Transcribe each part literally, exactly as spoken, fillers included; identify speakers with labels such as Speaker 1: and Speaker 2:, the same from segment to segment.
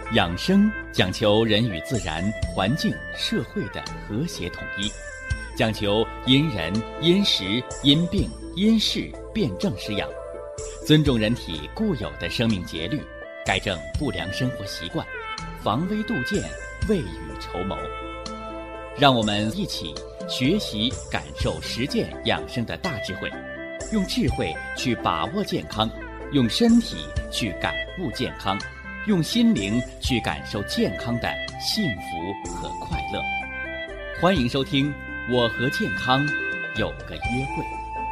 Speaker 1: 养生讲求人与自然、环境、社会的和谐统一，讲求因人、因时、因病、因事辨证施养，尊重人体固有的生命节律，改正不良生活习惯，防微杜渐，未雨绸缪。让我们一起学习、感受、实践养生的大智慧，用智慧去把握健康，用身体去感悟健康，用心灵去感受健康的幸福和快乐。欢迎收听《我和健康有个约会》。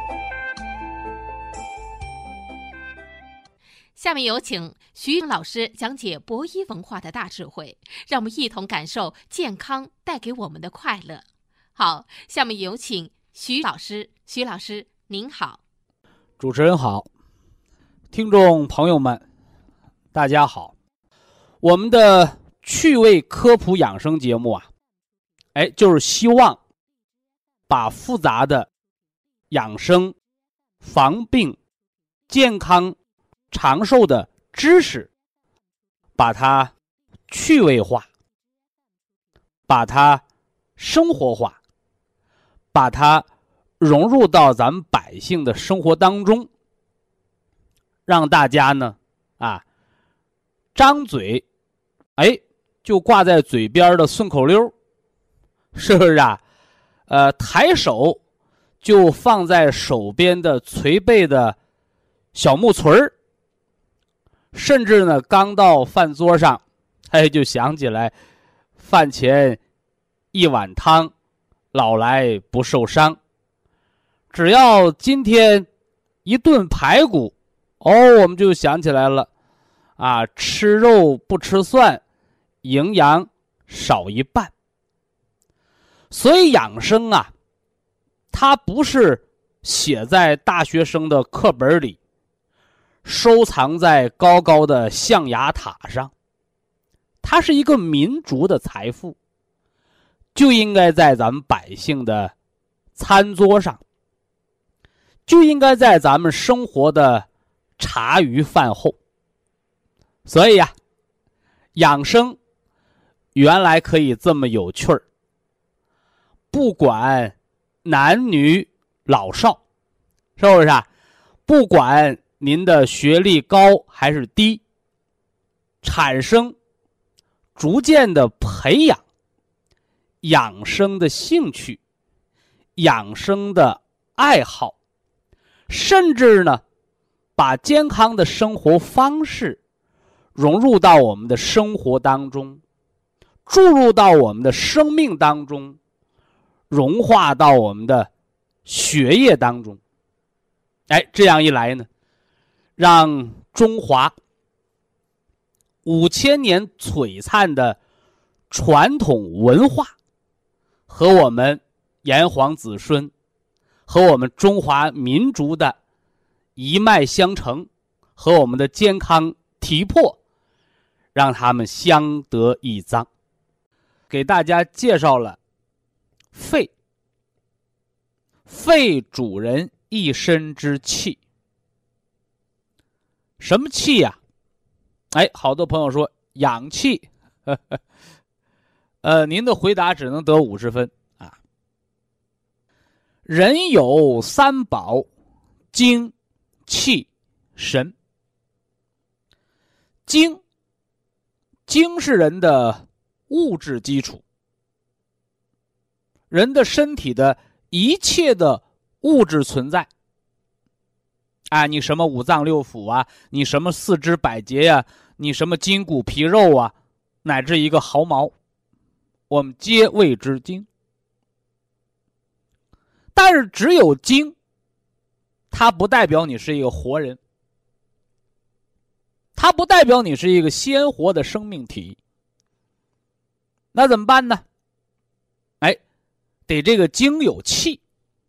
Speaker 2: 下面有请徐老师讲解博医文化的大智慧，让我们一同感受健康带给我们的快乐。好，下面有请徐老师。徐老师您好。
Speaker 3: 主持人好，听众朋友们大家好。我们的趣味科普养生节目啊，哎，就是希望把复杂的养生、防病、健康、长寿的知识，把它趣味化，把它生活化，把它融入到咱们百姓的生活当中，让大家呢啊张嘴哎就挂在嘴边的顺口溜，是不是啊？呃抬手就放在手边的捶背的小木锤儿，甚至呢刚到饭桌上，哎就想起来饭前一碗汤，老来不受伤。只要今天一顿排骨，哦，我们就想起来了啊，吃肉不吃蒜，营养少一半。所以养生啊，它不是写在大学生的课本里，收藏在高高的象牙塔上，它是一个民族的财富，就应该在咱们百姓的餐桌上，就应该在咱们生活的茶余饭后。所以呀、啊，养生原来可以这么有趣儿，不管男女老少，是不是啊？不管您的学历高还是低，产生逐渐的培养养生的兴趣、养生的爱好，甚至呢把健康的生活方式融入到我们的生活当中，注入到我们的生命当中，融化到我们的血液当中。哎，这样一来呢，让中华五千年璀璨的传统文化和我们炎黄子孙和我们中华民族的一脉相承和我们的健康体魄，让他们相得益彰。给大家介绍了肺，肺主人一身之气。什么气呀、啊？哎，好多朋友说氧气，呵呵呃，您的回答只能得五十分啊。人有三宝：精、气、神。精，精是人的物质基础，人的身体的一切的物质存在啊，你什么五脏六腑啊，你什么四肢百节呀、啊，你什么筋骨皮肉啊，乃至一个毫毛，我们皆谓之精。但是只有精，它不代表你是一个活人，它不代表你是一个鲜活的生命体。那怎么办呢？哎，得这个精有气。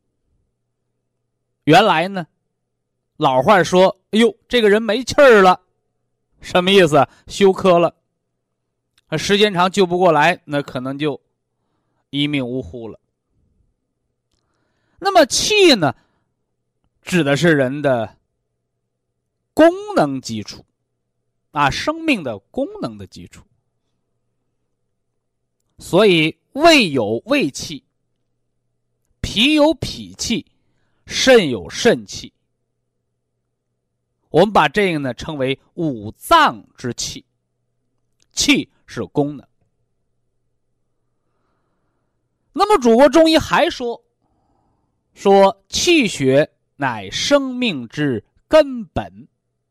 Speaker 3: 原来呢，老话说，哎呦，这个人没气儿了，什么意思？休克了，时间长救不过来，那可能就一命呜呼了。那么气呢，指的是人的功能基础啊，生命的功能的基础。 所以胃有胃气，脾有脾气，肾有肾气。我们把这个呢称为五脏之气，气是功能。那么祖国中医还说，说气血乃生命之根本。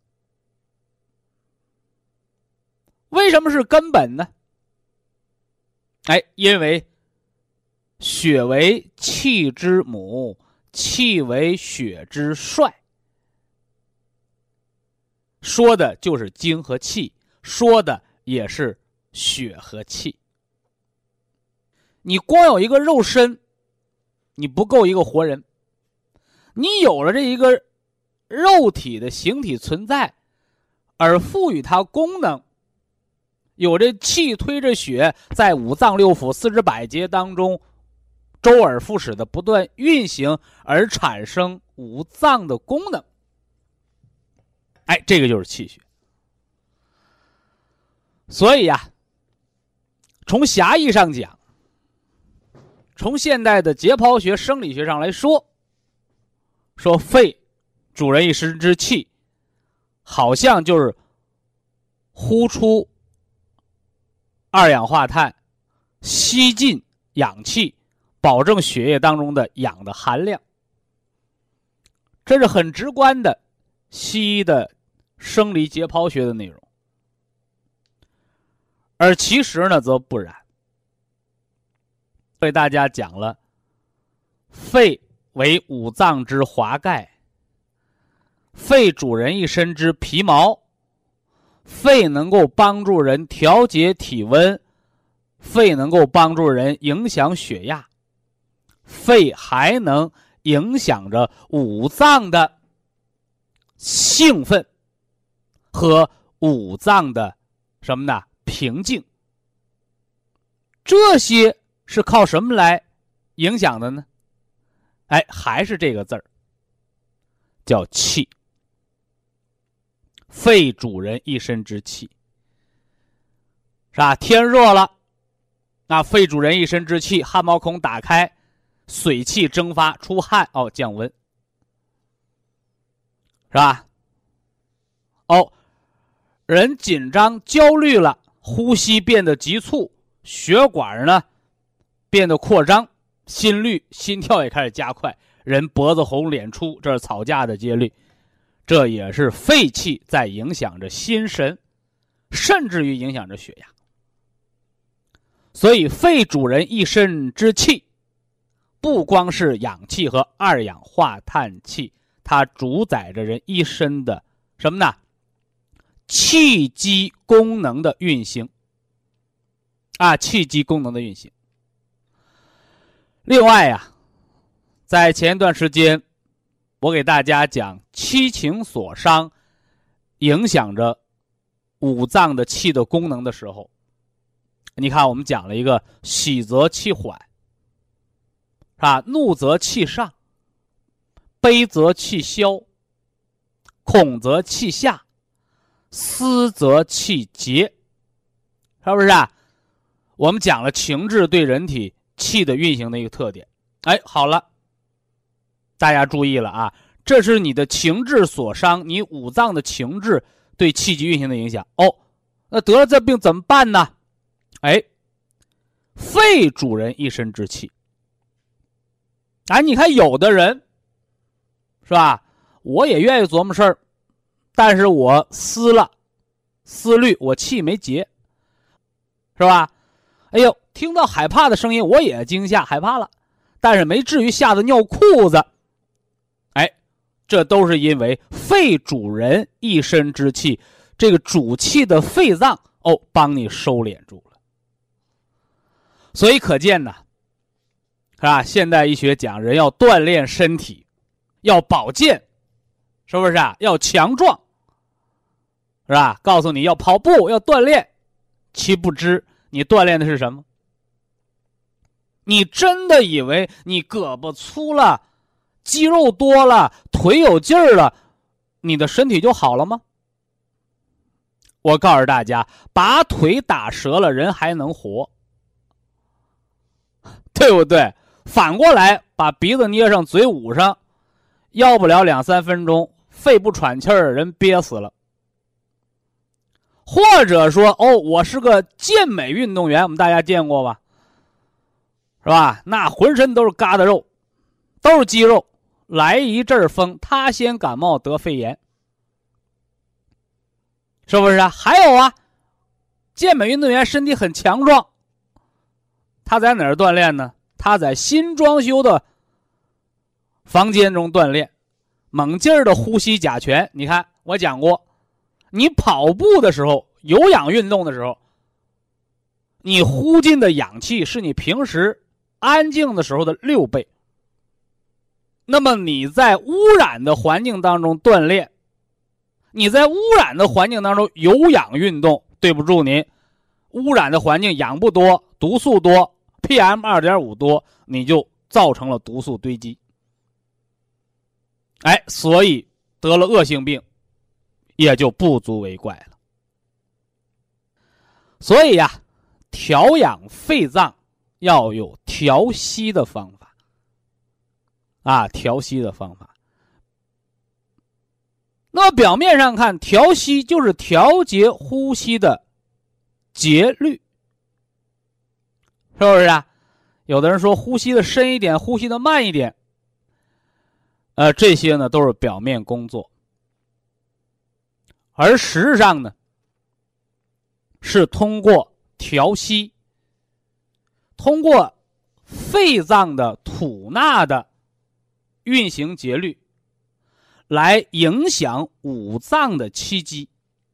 Speaker 3: 为什么是根本呢？哎，因为血为气之母，气为血之帅。说的就是精和气，说的也是血和气。你光有一个肉身，你不够一个活人。你有了这一个肉体的形体存在，而赋予它功能，有这气推着血在五脏六腑四肢百节当中周而复始的不断运行，而产生五脏的功能。哎，这个就是气血。所以呀、啊，从狭义上讲，从现代的解剖学生理学上来说，说肺主人一身之气，好像就是呼出二氧化碳，吸进氧气，保证血液当中的氧的含量。这是很直观的西医的生理解剖学的内容。而其实呢则不然，为大家讲了肺为五脏之华盖，肺主人一身之皮毛，肺能够帮助人调节体温，肺能够帮助人影响血压，肺还能影响着五脏的兴奋和五脏的什么呢？平静。这些是靠什么来影响的呢？哎，还是这个字儿，叫气。肺主人一身之气，是吧？天热了，那肺主人一身之气，汗毛孔打开，水气蒸发，出汗，哦，降温，是吧？哦，人紧张焦虑了，呼吸变得急促，血管呢变得扩张，心率心跳也开始加快，人脖子红脸粗，这是吵架的接力。这也是肺气在影响着心神，甚至于影响着血压。所以肺主人一身之气，不光是氧气和二氧化碳气，它主宰着人一身的什么呢？气机功能的运行啊，气机功能的运行。另外呀、啊，在前一段时间我给大家讲七情所伤影响着五脏的气的功能的时候，你看我们讲了一个喜则气缓，是吧？怒则气上，悲则气消，恐则气下，思则气结，是不是啊？我们讲了情志对人体气的运行的一个特点。哎，好了，大家注意了啊，这是你的情志所伤，你五脏的情志对气机运行的影响。哦，那得了这病怎么办呢？哎，肺主人一身之气。哎，你看有的人是吧，我也愿意琢磨事儿，但是我思了思虑，我气没结，是吧？哎呦，听到害怕的声音我也惊吓害怕了，但是没至于吓得尿裤子。哎，这都是因为肺主人一身之气，这个主气的肺脏哦帮你收敛住了。所以可见呢，是吧？现代医学讲人要锻炼身体，要保健，是不是啊？要强壮，是吧？告诉你要跑步，要锻炼，其不知你锻炼的是什么？你真的以为你胳膊粗了，肌肉多了，腿有劲儿了，你的身体就好了吗？我告诉大家，把腿打折了，人还能活， 对不对？反过来把鼻子捏上，嘴捂上，要不了两三分钟，肺不喘气儿，人憋死了。或者说，哦，我是个健美运动员，我们大家见过吧？是吧？那浑身都是疙瘩肉，都是肌肉，来一阵风，他先感冒得肺炎，是不是啊？还有啊，健美运动员身体很强壮，他在哪儿锻炼呢？他在新装修的房间中锻炼，猛劲儿的呼吸甲醛。你看，我讲过，你跑步的时候，有氧运动的时候，你呼进的氧气是你平时安静的时候的六倍。那么你在污染的环境当中锻炼，你在污染的环境当中有氧运动，对不住您，污染的环境氧不多，毒素多， P M 二点五 多，你就造成了毒素堆积。哎，所以得了恶性病也就不足为怪了。所以呀、啊，调养肺脏要有调息的方法啊，调息的方法。那么表面上看，调息就是调节呼吸的节律，是不是啊？有的人说呼吸的深一点，呼吸的慢一点，呃，这些呢都是表面工作，而实质上呢，是通过调息，通过肺脏的吐纳的运行节律，来影响五脏的气机，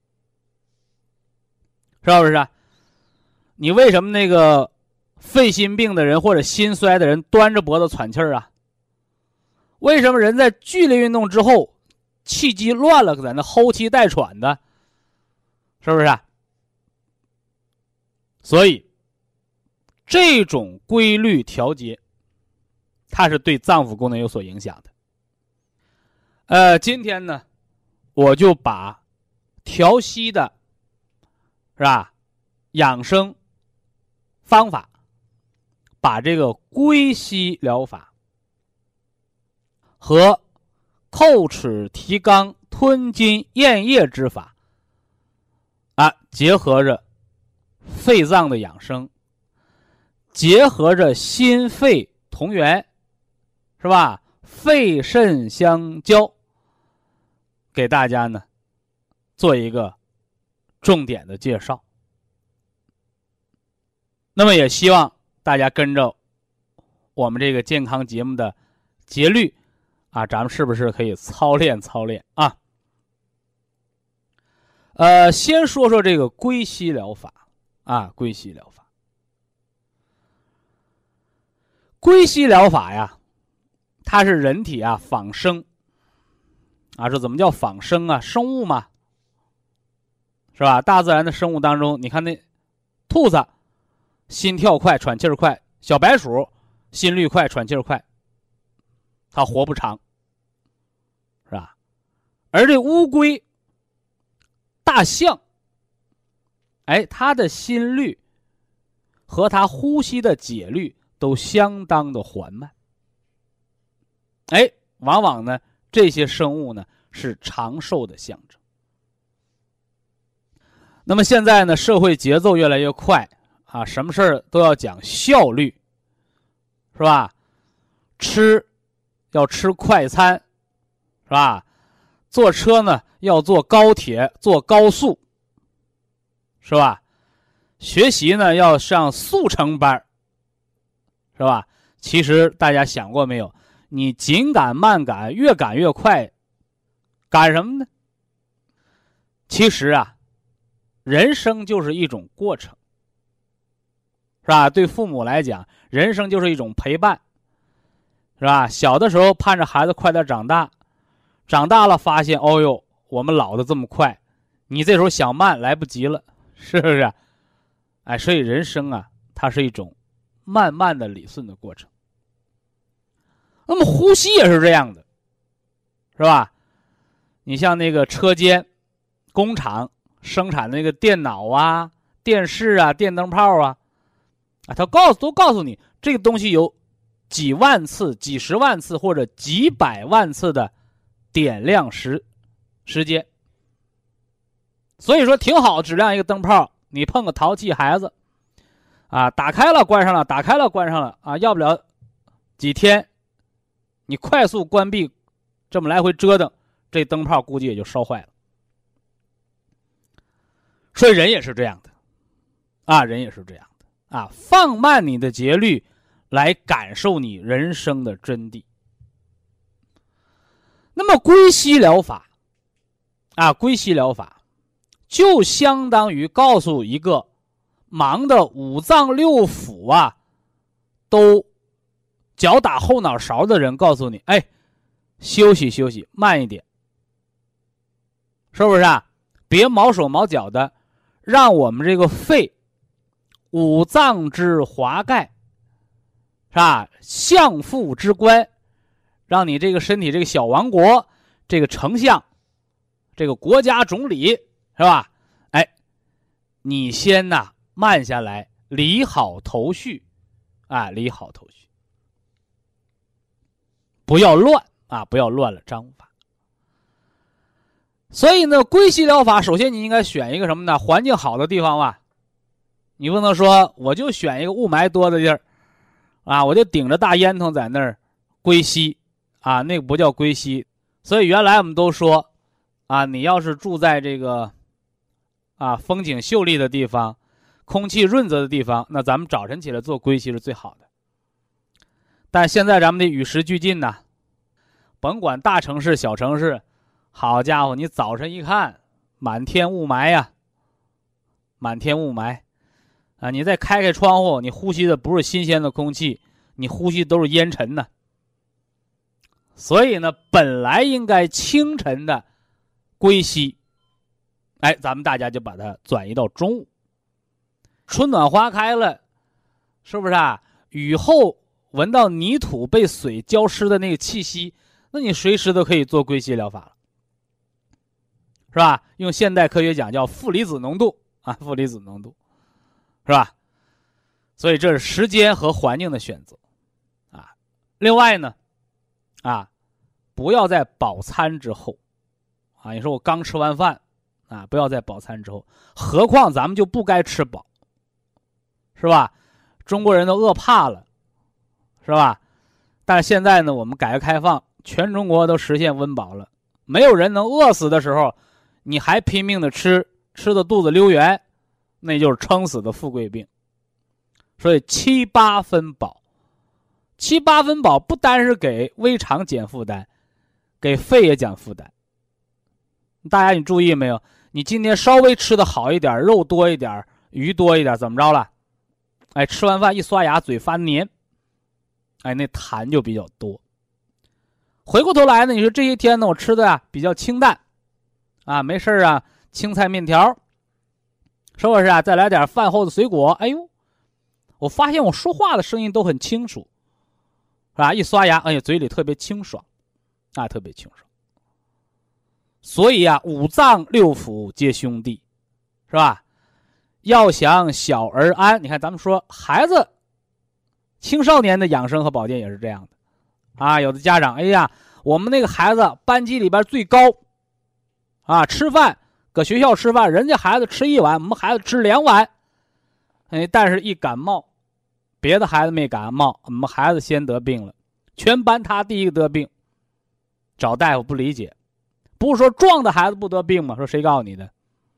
Speaker 3: 是不是啊？你为什么那个肺心病的人或者心衰的人端着脖子喘气儿啊？为什么人在剧烈运动之后气机乱了，在那呼气带喘的，是不是啊？所以这种规律调节，它是对脏腑功能有所影响的。呃，今天呢，我就把调息的，是吧，养生方法，把这个归息疗法和叩齿提肛吞津咽液之法啊，结合着肺脏的养生，结合着心肺同源，是吧？肺肾相交，给大家呢做一个重点的介绍。那么也希望大家跟着我们这个健康节目的节律啊，咱们是不是可以操练操练啊？呃，先说说这个归息疗法啊，归息疗法。归息疗法呀，它是人体啊仿生啊，这怎么叫仿生啊？生物嘛，是吧？大自然的生物当中，你看那兔子心跳快，喘气儿快；小白鼠心率快，喘气儿快，它活不长，是吧？而这乌龟、大象，哎，它的心率和它呼吸的节律都相当的缓慢。哎，往往呢，这些生物呢是长寿的象征。那么现在呢，社会节奏越来越快啊，什么事儿都要讲效率，是吧？吃要吃快餐，是吧？坐车呢要坐高铁，坐高速，是吧？学习呢要上速成班，是吧？其实大家想过没有？你紧赶慢赶，越赶越快，赶什么呢？其实啊，人生就是一种过程，是吧？对父母来讲，人生就是一种陪伴，是吧？小的时候盼着孩子快点长大，长大了发现，哦呦，我们老得这么快，你这时候想慢来不及了，是不是？哎，所以人生啊，它是一种慢慢的理顺的过程。那么呼吸也是这样的，是吧？你像那个车间、工厂生产那个电脑啊、电视啊、电灯泡啊，啊，他告诉都告诉你， 这个东西有几万次、几十万次或者几百万次的点亮时时间。所以说挺好，只亮一个灯泡，你碰个淘气孩子啊，打开了关上了，打开了关上了啊，要不了几天你快速关闭，这么来回折腾，这灯泡估计也就烧坏了。所以人也是这样的啊，人也是这样的啊，放慢你的节律来感受你人生的真谛。那么归西疗法啊，归西疗法就相当于告诉一个忙的五脏六腑啊都脚打后脑勺的人，告诉你，哎，休息休息，慢一点，是不是啊？别毛手毛脚的，让我们这个肺五脏之华盖，是吧？相父之官，让你这个身体这个小王国，这个丞相，这个国家总理，是吧？哎，你先呐、啊、慢下来，理好头绪，啊，理好头绪，不要乱啊，不要乱了章法。所以呢，归西疗法，首先你应该选一个什么呢？环境好的地方吧。你不能说我就选一个雾霾多的地儿，啊，我就顶着大烟囱在那儿归西，啊，那个不叫归西。所以原来我们都说，啊，你要是住在这个，啊，风景秀丽的地方，空气润泽的地方，那咱们早晨起来做归西是最好的。但现在咱们得与时俱进呐，甭管大城市小城市，好家伙，你早晨一看满天雾霾呀，满天雾霾啊，你再开开窗户，你呼吸的不是新鲜的空气，你呼吸都是烟尘呢。所以呢，本来应该清晨的归西，哎，咱们大家就把它转移到中午。春暖花开了，是不是啊？雨后闻到泥土被水浇湿的那个气息，那你随时都可以做归西疗法了，是吧？用现代科学讲叫负离子浓度啊，负离子浓度，是吧？所以这是时间和环境的选择啊。另外呢，啊，不要在饱餐之后啊，你说我刚吃完饭啊，不要在饱餐之后，何况咱们就不该吃饱，是吧？中国人都饿怕了，是吧？但是现在呢，我们改革开放，全中国都实现温饱了，没有人能饿死的时候，你还拼命的吃，吃的肚子溜圆，那就是撑死的富贵病。所以七八分饱，七八分饱不单是给胃肠减负担，给肺也减负担。大家你注意没有？你今天稍微吃的好一点，肉多一点，鱼多一点，怎么着了？哎，吃完饭一刷牙，嘴发黏，哎，那痰就比较多。回过头来呢，你说这些天呢，我吃的啊比较清淡，啊，没事啊，青菜面条，是不是啊？再来点饭后的水果，哎呦，我发现我说话的声音都很清楚，是吧？一刷牙，哎呀，嘴里特别清爽，啊，特别清爽。所以啊，五脏六腑皆兄弟，是吧？要想小儿安，你看咱们说孩子、青少年的养生和保健也是这样的，啊，有的家长，哎呀，我们那个孩子班级里边最高，啊，吃饭搁学校吃饭，人家孩子吃一碗，我们孩子吃两碗，哎，但是一感冒，别的孩子没感冒，我们孩子先得病了，全班他第一个得病，找大夫不理解，不是说壮的孩子不得病吗？说谁告诉你的？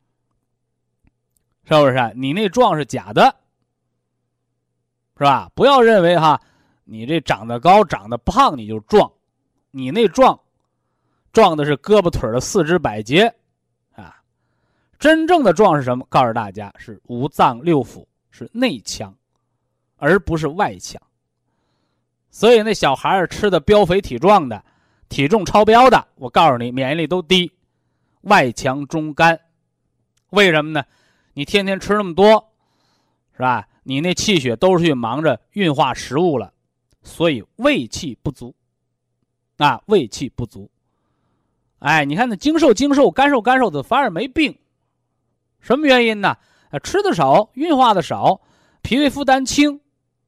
Speaker 3: 是不是？你那壮是假的，是吧？不要认为哈，你这长得高、长得胖你就壮，你那壮，壮的是胳膊腿的四肢百节，啊，真正的壮是什么？告诉大家是五脏六腑，是内强，而不是外强。所以那小孩儿吃的膘肥体壮的，体重超标的，我告诉你，免疫力都低，外强中干。为什么呢？你天天吃那么多，是吧？你那气血都是去忙着运化食物了，所以胃气不足，啊，胃气不足。哎，你看那精瘦精瘦、干瘦干瘦的，反而没病，什么原因呢？啊，吃的少，运化的少，脾胃负担轻，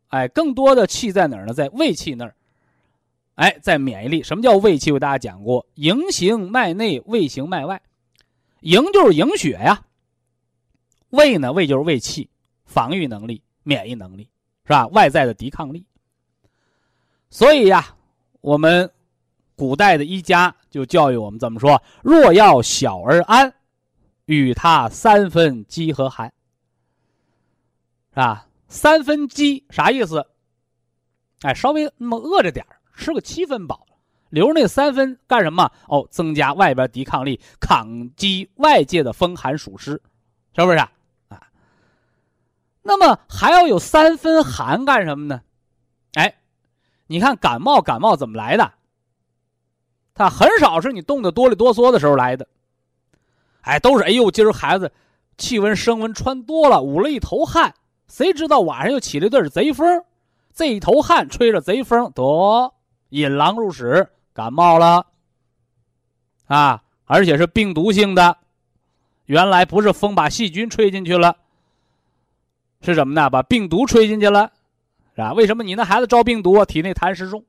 Speaker 3: 哎，更多的气在哪儿呢？在胃气那儿。哎，在免疫力。什么叫胃气？我给大家讲过，营行脉内，胃行脉外。营就是营血呀，胃呢，胃就是胃气，防御能力、免疫能力，是吧？外在的抵抗力。所以呀，我们古代的医家就教育我们这么说：若要小而安，与他三分饥和寒。是吧？三分饥啥意思？哎，稍微那么饿着点吃个七分饱，留着那三分干什么？哦，增加外边抵抗力，抗击外界的风寒暑湿，是不是啊？啊，那么还要有三分寒干什么呢？哎，你看感冒，感冒怎么来的？它很少是你冻得哆里哆嗦的时候来的，哎，都是哎呦，今儿孩子气温升温穿多了，捂了一头汗，谁知道晚上又起了一阵贼风，这一头汗吹着贼风，得引狼入室，感冒了啊！而且是病毒性的，原来不是风把细菌吹进去了，是什么呢？把病毒吹进去了，是吧？为什么你那孩子招病毒啊？体内痰湿重。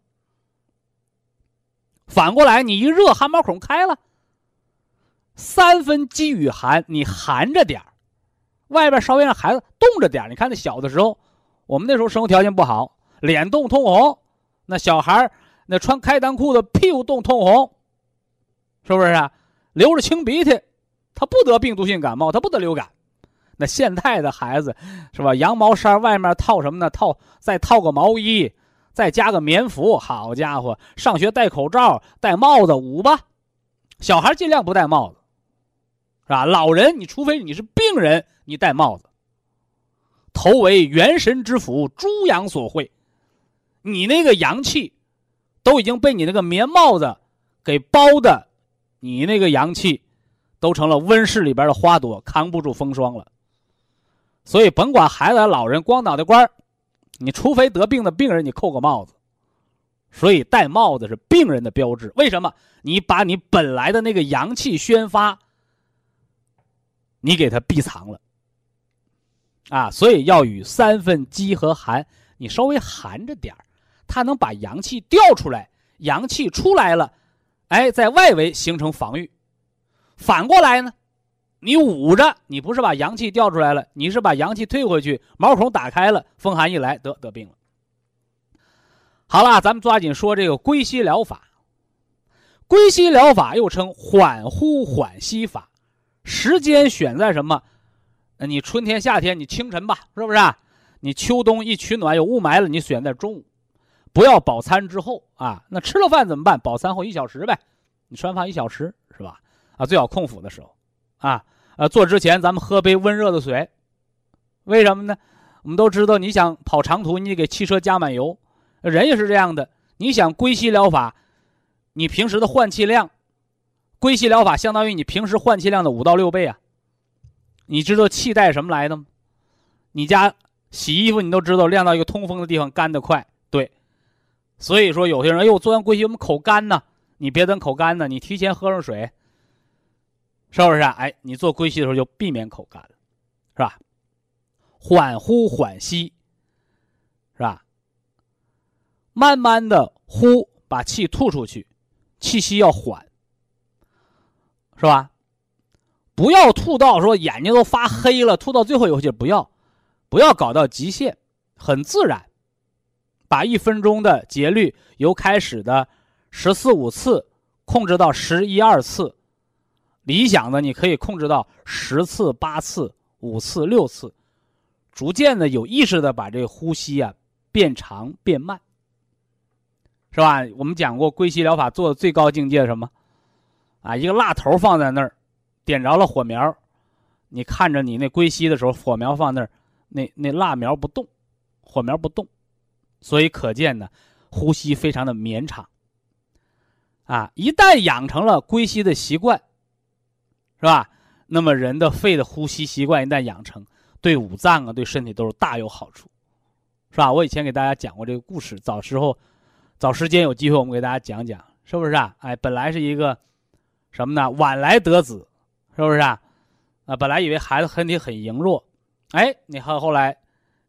Speaker 3: 反过来，你一热，汗毛孔开了，三分饥与寒，你寒着点外边稍微让孩子冻着点。你看那小的时候，我们那时候生活条件不好，脸冻通红，那小孩那穿开裆裤的屁股冻通红，是不是啊？流着清鼻涕，他不得病毒性感冒，他不得流感。那现在的孩子是吧？羊毛衫外面套什么呢？套再套个毛衣，再加个棉服，好家伙，上学戴口罩戴帽子捂吧。小孩尽量不戴帽子，是吧？老人你除非你是病人，你戴帽子。头为元神之府，诸阳所会，你那个阳气都已经被你那个棉帽子给包的，你那个阳气都成了温室里边的花朵，扛不住风霜了。所以甭管孩子老人，光脑袋瓜，你除非得病的病人，你扣个帽子。所以戴帽子是病人的标志。为什么？你把你本来的那个阳气宣发，你给它闭藏了啊！所以要与三分饥和寒，你稍微寒着点它能把阳气调出来，阳气出来了，哎，在外围形成防御。反过来呢，你捂着，你不是把阳气调出来了，你是把阳气退回去，毛孔打开了，风寒一来，得得病了。好了，咱们抓紧说这个归息疗法。归息疗法又称缓呼缓吸法，时间选在什么？你春天夏天你清晨吧，是不是啊？你秋冬一取暖有雾霾了，你选在中午，不要饱餐之后啊。那吃了饭怎么办？饱餐后一小时呗，你吃完饭一小时是吧？啊，最好空腹的时候啊。呃，做之前咱们喝杯温热的水，为什么呢？我们都知道，你想跑长途，你给汽车加满油，人也是这样的。你想归息疗法，你平时的换气量，归息疗法相当于你平时换气量的五到六倍啊。你知道气带什么来的吗？你家洗衣服你都知道，晾到一个通风的地方干得快，对。所以说有些人，哎呦，做完归息我们口干呢，你别等口干呢，你提前喝上水，是不是啊？哎，你做归息的时候就避免口干了，是吧？缓呼缓吸，是吧？慢慢的呼，把气吐出去，气息要缓，是吧？不要吐到说眼睛都发黑了，吐到最后一口气，不要，不要搞到极限，很自然。把一分钟的节律由开始的十四五次控制到十一二次，理想的你可以控制到十次、八次、五次、六次，逐渐的有意识的把这个呼吸啊变长变慢，是吧？我们讲过归息疗法做的最高境界是什么？啊，一个蜡头放在那儿，点着了火苗，你看着你那归息的时候，火苗放那儿，那那蜡苗不动，火苗不动，所以可见呢，呼吸非常的绵长。啊，一旦养成了归息的习惯，是吧？那么人的肺的呼吸习惯一旦养成，对五脏啊，对身体都是大有好处，是吧？我以前给大家讲过这个故事，早时候，早时间有机会我们给大家讲讲，是不是啊？哎，本来是一个什么呢？晚来得子，是不是啊？啊，本来以为孩子身体很羸弱，哎，你看后来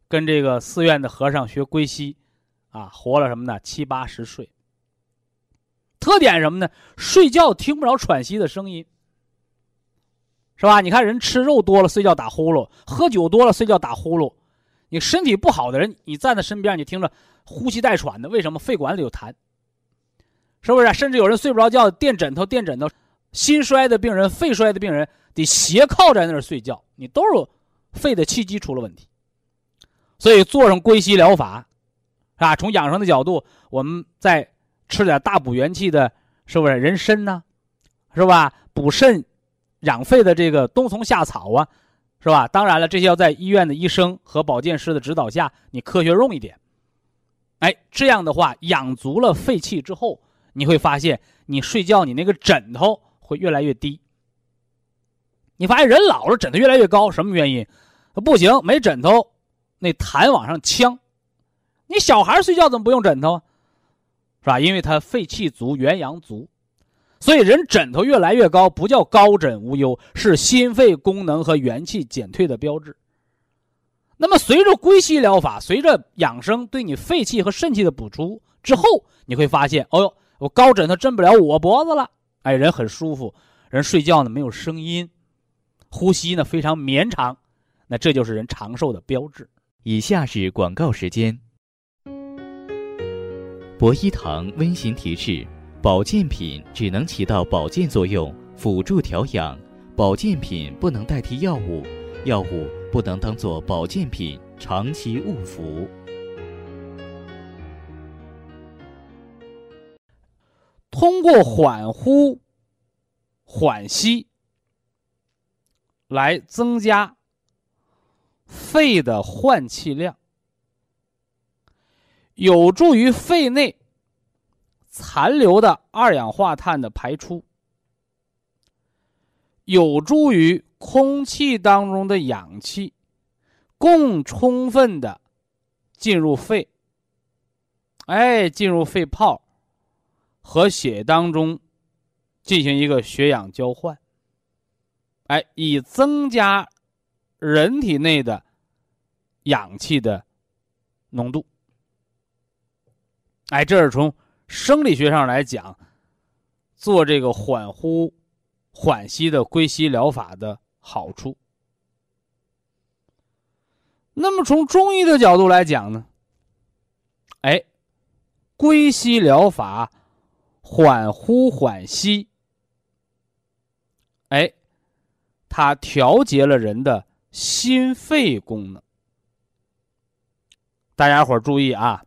Speaker 3: 跟这个寺院的和尚学归西，啊，活了什么呢？七八十岁。特点是什么呢？睡觉听不着喘息的声音，是吧？你看人吃肉多了，睡觉打呼噜；喝酒多了，睡觉打呼噜。你身体不好的人，你站在身边，你听着呼吸带喘的，为什么？肺管里有痰，是不是？甚至有人睡不着觉，垫枕头，垫枕头。心衰的病人、肺衰的病人得斜靠在那儿睡觉，你都是肺的气机出了问题。所以做上归西疗法，啊，从养生的角度，我们再吃点大补元气的，是不是人参呢？是吧？补肾、养肺的这个冬虫夏草啊，是吧？当然了，这些要在医院的医生和保健师的指导下，你科学用一点。哎，这样的话，养足了肺气之后，你会发现你睡觉你那个枕头会越来越低。你发现人老了枕头越来越高，什么原因？不行，没枕头，那痰往上呛。你小孩睡觉怎么不用枕头啊？是吧？因为他肺气足，元阳足，所以人枕头越来越高，不叫高枕无忧，是心肺功能和元气减退的标志。那么随着归西疗法，随着养生对你肺气和肾气的补充之后，你会发现，哦呦，我高枕头震不了我脖子了，哎，人很舒服，人睡觉呢没有声音，呼吸呢非常绵长，那这就是人长寿的标志。
Speaker 1: 以下是广告时间。博一堂温馨提示：保健品只能起到保健作用，辅助调养，保健品不能代替药物，药物不能当作保健品长期误服。
Speaker 3: 通过缓呼、缓吸来增加肺的换气量，有助于肺内残留的二氧化碳的排出，有助于空气当中的氧气更充分的进入肺，哎，进入肺泡和血当中进行一个血氧交换，哎，以增加人体内的氧气的浓度。哎，这是从生理学上来讲，做这个缓呼、缓吸的归西疗法的好处。那么从中医的角度来讲呢，哎，归西疗法缓呼缓吸，哎，它调节了人的心肺功能。大家伙儿注意啊，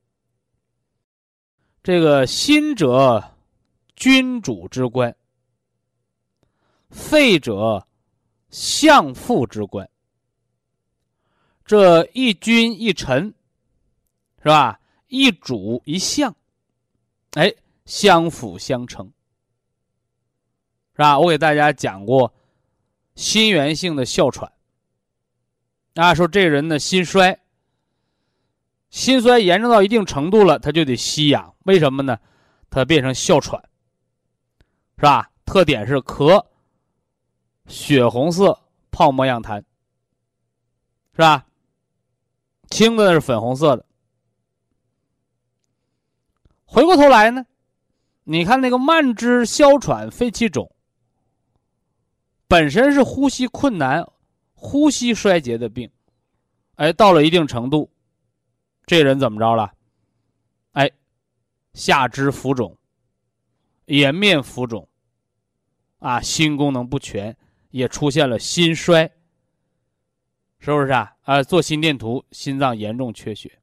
Speaker 3: 这个心者君主之官，肺者相父之官，这一君一臣，是吧？一主一相，哎，相辅相成，是吧？我给大家讲过心源性的哮喘，啊，说这人的心衰，心衰严重到一定程度了，他就得吸氧，为什么呢？他变成哮喘，是吧？特点是咳，血红色泡沫样痰，是吧？青的是粉红色的。回过头来呢，你看那个慢支哮喘肺气肿，本身是呼吸困难、呼吸衰竭的病，哎，到了一定程度，这人怎么着了？哎，下肢浮肿，颜面浮肿，啊，心功能不全，也出现了心衰，是不是啊？啊，做心电图，心脏严重缺血。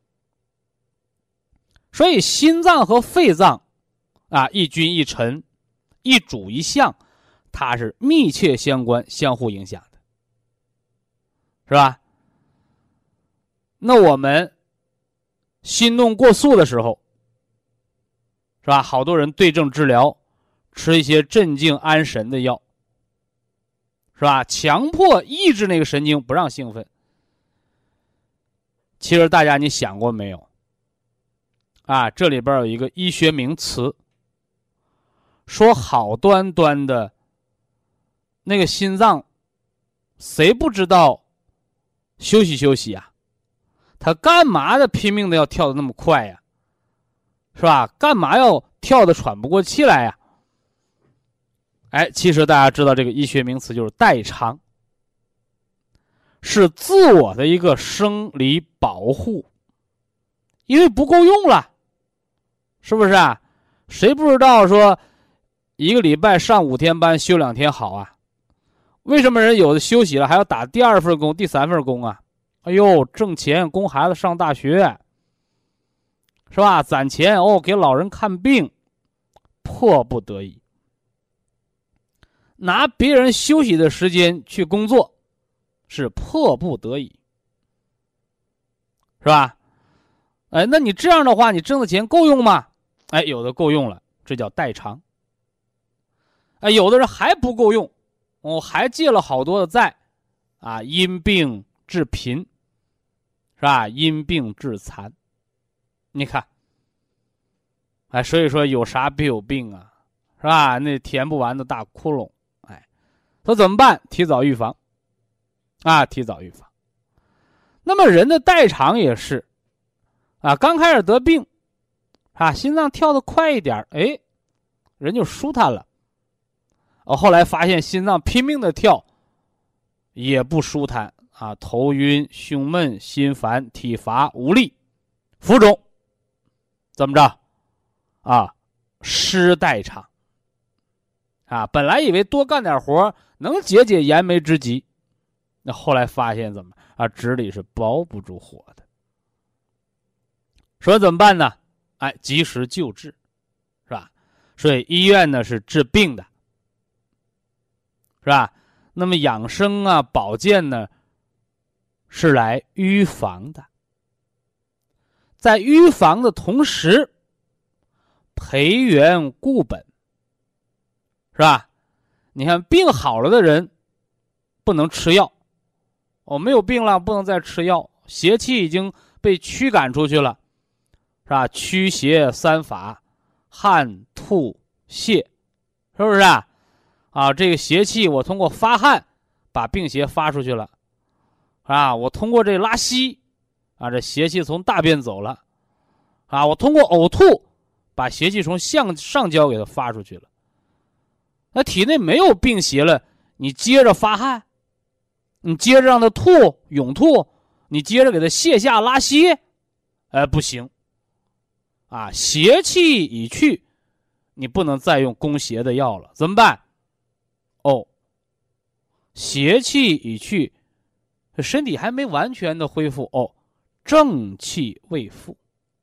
Speaker 3: 所以心脏和肺脏啊，一君一臣，一主一相，它是密切相关、相互影响的，是吧？那我们心动过速的时候，是吧？好多人对症治疗，吃一些镇静安神的药，是吧？强迫抑制那个神经，不让兴奋。其实大家你想过没有？啊，这里边有一个医学名词，说好端端的那个心脏，谁不知道休息休息啊？ 他干嘛的拼命的要跳得那么快呀？是吧？干嘛要跳得喘不过气来呀？哎，其实大家知道这个医学名词就是代偿，是自我的一个生理保护，因为不够用了，是不是啊？谁不知道说一个礼拜上五天班休两天好啊？为什么人有的休息了还要打第二份工第三份工啊？哎呦，挣钱供孩子上大学，是吧？攒钱哦，给老人看病，迫不得已拿别人休息的时间去工作，是迫不得已，是吧？哎，那你这样的话，你挣的钱够用吗？哎，有的够用了，这叫代偿。哎，有的人还不够用，我、哦、还借了好多的债，啊，因病致贫，是吧？因病致残，你看，哎，所以说有啥必有病啊，是吧？那填不完的大窟窿，哎，说怎么办？提早预防，啊，提早预防。那么人的代偿也是，啊，刚开始得病，啊，心脏跳得快一点，哎，人就舒坦了。哦，后来发现心脏拼命的跳，也不舒坦啊，头晕、胸闷、心烦、体乏、无力、浮肿，怎么着？啊，失代偿。啊，本来以为多干点活能解解燃眉之急，那后来发现怎么啊？纸里是包不住火的。说怎么办呢？哎，及时救治，是吧？所以医院呢是治病的，是吧？那么养生啊、保健呢，是来预防的。在预防的同时，培元固本，是吧？你看病好了的人不能吃药，哦，没有病了不能再吃药，邪气已经被驱赶出去了，是吧？驱邪三法，汗吐泻，是不是啊？啊，这个邪气我通过发汗把病邪发出去了，啊，我通过这拉稀，啊，这邪气从大便走了，啊，我通过呕吐把邪气从向上焦给它发出去了。那体内没有病邪了，你接着发汗，你接着让它吐涌吐，你接着给它泻下拉稀，哎，不行，啊，邪气已去，你不能再用攻邪的药了，怎么办？哦，邪气已去，身体还没完全的恢复，哦，正气未复。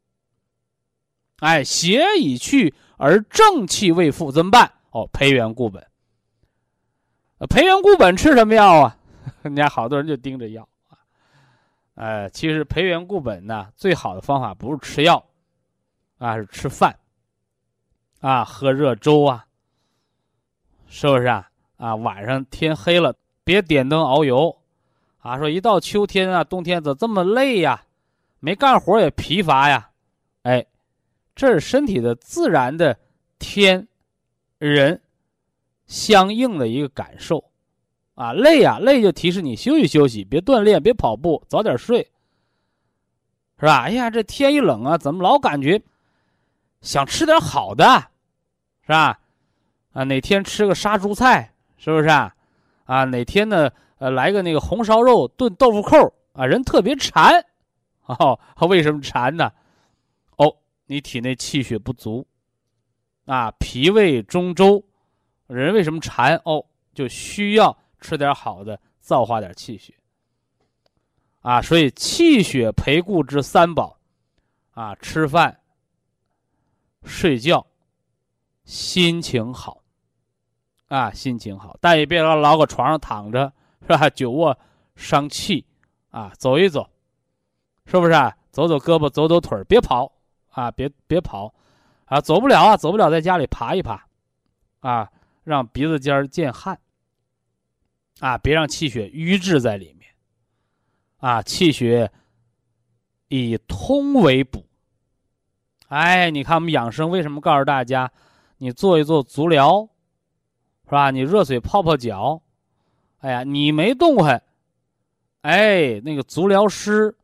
Speaker 3: 哎，邪已去而正气未复，怎么办？哦，培元固本。培元固本吃什么药啊？人家好多人就盯着药啊。呃，其实培元固本呢，最好的方法不是吃药，啊，是吃饭，啊，喝热粥啊，是不是啊？啊，晚上天黑了，别点灯熬油，啊，说一到秋天啊，冬天怎么这么累呀？没干活也疲乏呀，哎，这是身体的自然的天人相应的一个感受，啊，累呀、啊，累就提示你休息休息，别锻炼，别跑步，早点睡，是吧？哎呀，这天一冷啊，怎么老感觉想吃点好的，是吧？啊，哪天吃个杀猪菜，是不是啊？啊，哪天呢？呃，来个那个红烧肉炖豆腐扣啊，人特别馋，哦，为什么馋呢？哦，你体内气血不足，啊，脾胃中周，人为什么馋？哦，就需要吃点好的，造化点气血，啊，所以气血培固之三宝，啊，吃饭、睡觉、心情好，啊，心情好，但也别老老搁床上躺着，是吧？久卧伤气，啊，走一走，是不是啊？走走胳膊，走走腿，别跑，啊，别别跑，啊，走不了啊，走不了，在家里爬一爬，啊，让鼻子尖见汗，啊，别让气血淤滞在里面，啊，气血以通为补。哎，你看我们养生为什么告诉大家，你做一做足疗，是吧？你热水泡泡脚，哎呀，你没动弹，哎，那个足疗师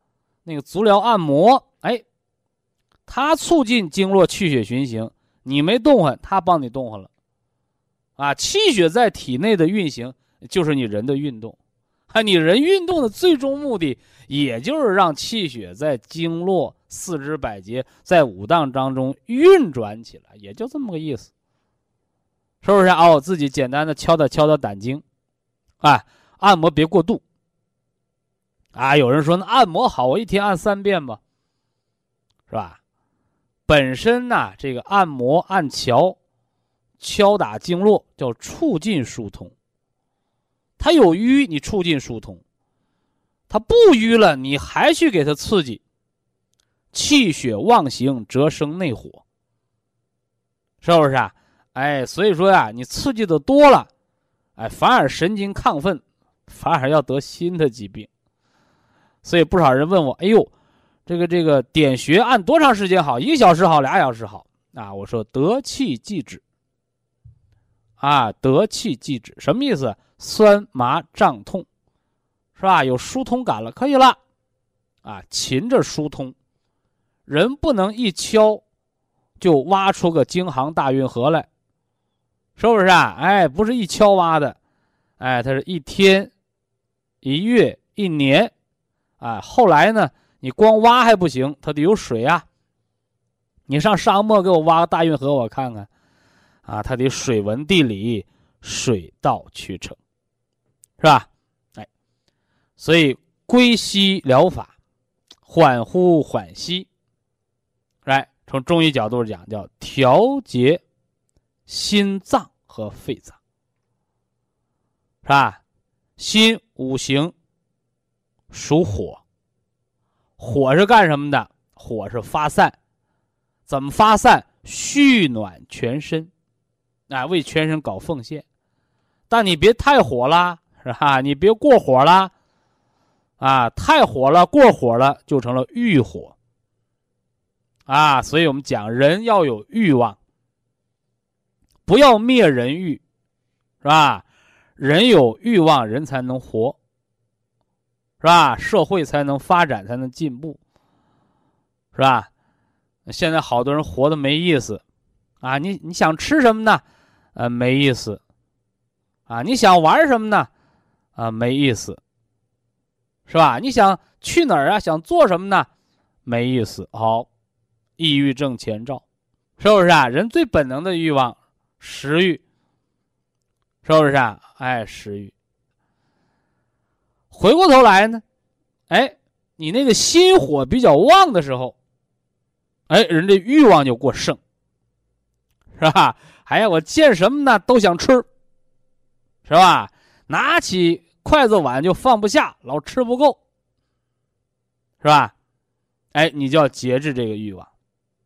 Speaker 3: 那个足疗按摩，哎，它促进经络气血循行，你没动换，它帮你动换了。啊，气血在体内的运行就是你人的运动，啊，你人运动的最终目的，也就是让气血在经络、四肢百节、在五脏当中运转起来，也就这么个意思，是不是？哦，自己简单的敲打敲打胆经，啊，按摩别过度。啊，有人说那按摩好，我一天按三遍吧，是吧？本身呢，这个按摩按敲。敲打经络叫促进疏通，它有瘀，你促进疏通；它不瘀了，你还去给它刺激，气血旺行则生内火，是不是啊？哎，所以说呀、啊，你刺激的多了，哎，反而神经亢奋，反而要得新的疾病。所以不少人问我，哎呦，这个这个点穴按多长时间好？一个小时好，俩小时好啊？我说得气即止。啊，得气即止，什么意思？酸麻胀痛，是吧？有疏通感了，可以了。啊，勤着疏通，人不能一敲就挖出个京杭大运河来，是不是啊？哎，不是一敲挖的，哎，它是一天、一月、一年，啊，后来呢，你光挖还不行，它得有水啊。你上沙漠给我挖个大运河，我看看。啊，它得水文地理，水到渠成，是吧？哎，所以归息疗法，缓呼缓吸，来从中医角度讲，叫调节心脏和肺脏，是吧？心五行属火，火是干什么的？火是发散，怎么发散？煦暖全身。啊，为全身搞奉献，但你别太火了，是吧？你别过火了，啊，太火了，过火了就成了欲火，啊，所以我们讲人要有欲望，不要灭人欲，是吧？人有欲望，人才能活，是吧？社会才能发展，才能进步，是吧？现在好多人活得没意思，啊，你你想吃什么呢？呃，没意思，啊，你想玩什么呢？啊，没意思，是吧？你想去哪儿啊？想做什么呢？没意思。好，抑郁症前兆，是不是啊？人最本能的欲望，食欲，是不是啊？哎，食欲。回过头来呢，哎，你那个心火比较旺的时候，哎，人这欲望就过剩，是吧？哎呀，我见什么呢都想吃，是吧？拿起筷子碗就放不下，老吃不够，是吧？哎，你就要节制这个欲望，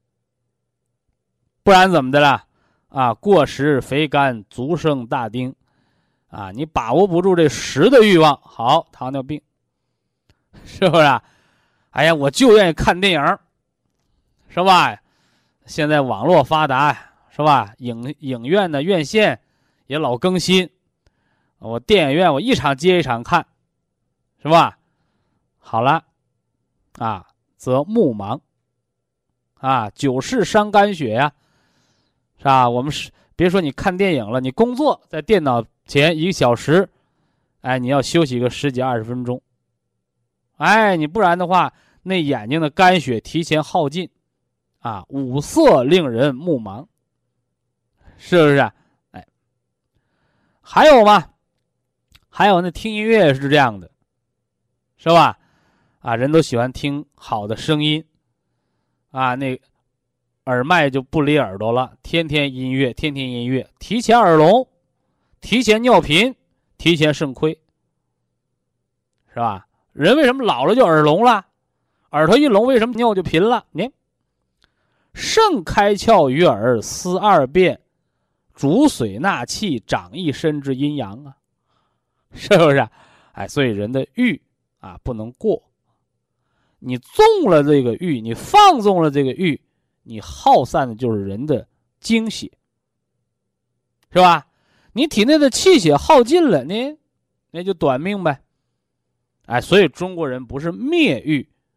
Speaker 3: 不然怎么的了？啊，过食肥甘，足生大丁，啊，你把握不住这食的欲望，好，糖尿病，是不是啊？哎呀，我就愿意看电影，是吧？现在网络发达。是吧？影影院的院线也老更新，我电影院我一场接一场看，是吧？好了，啊，则目盲，啊，久视伤肝血呀，是吧？我们是别说你看电影了，你工作在电脑前一个小时，哎，你要休息个十几二十分钟，哎，你不然的话，那眼睛的肝血提前耗尽，啊，五色令人目盲。是不是、啊？哎，还有吗？还有那听音乐也是这样的，是吧？啊，人都喜欢听好的声音，啊，那耳麦就不离耳朵了，天天音乐，天天音乐，提前耳聋，提前尿频，提前肾亏，是吧？人为什么老了就耳聋了？耳朵一聋，为什么尿就频了？你肾开窍于耳，思二便。主水纳气，长一身之阴阳啊，是不是、啊？哎，所以人的欲啊不能过，你纵了这个欲，你放纵了这个欲，你耗散的就是人的精血，是吧？你体内的气血耗尽了，你那就短命呗。哎，所以中国人不是灭欲，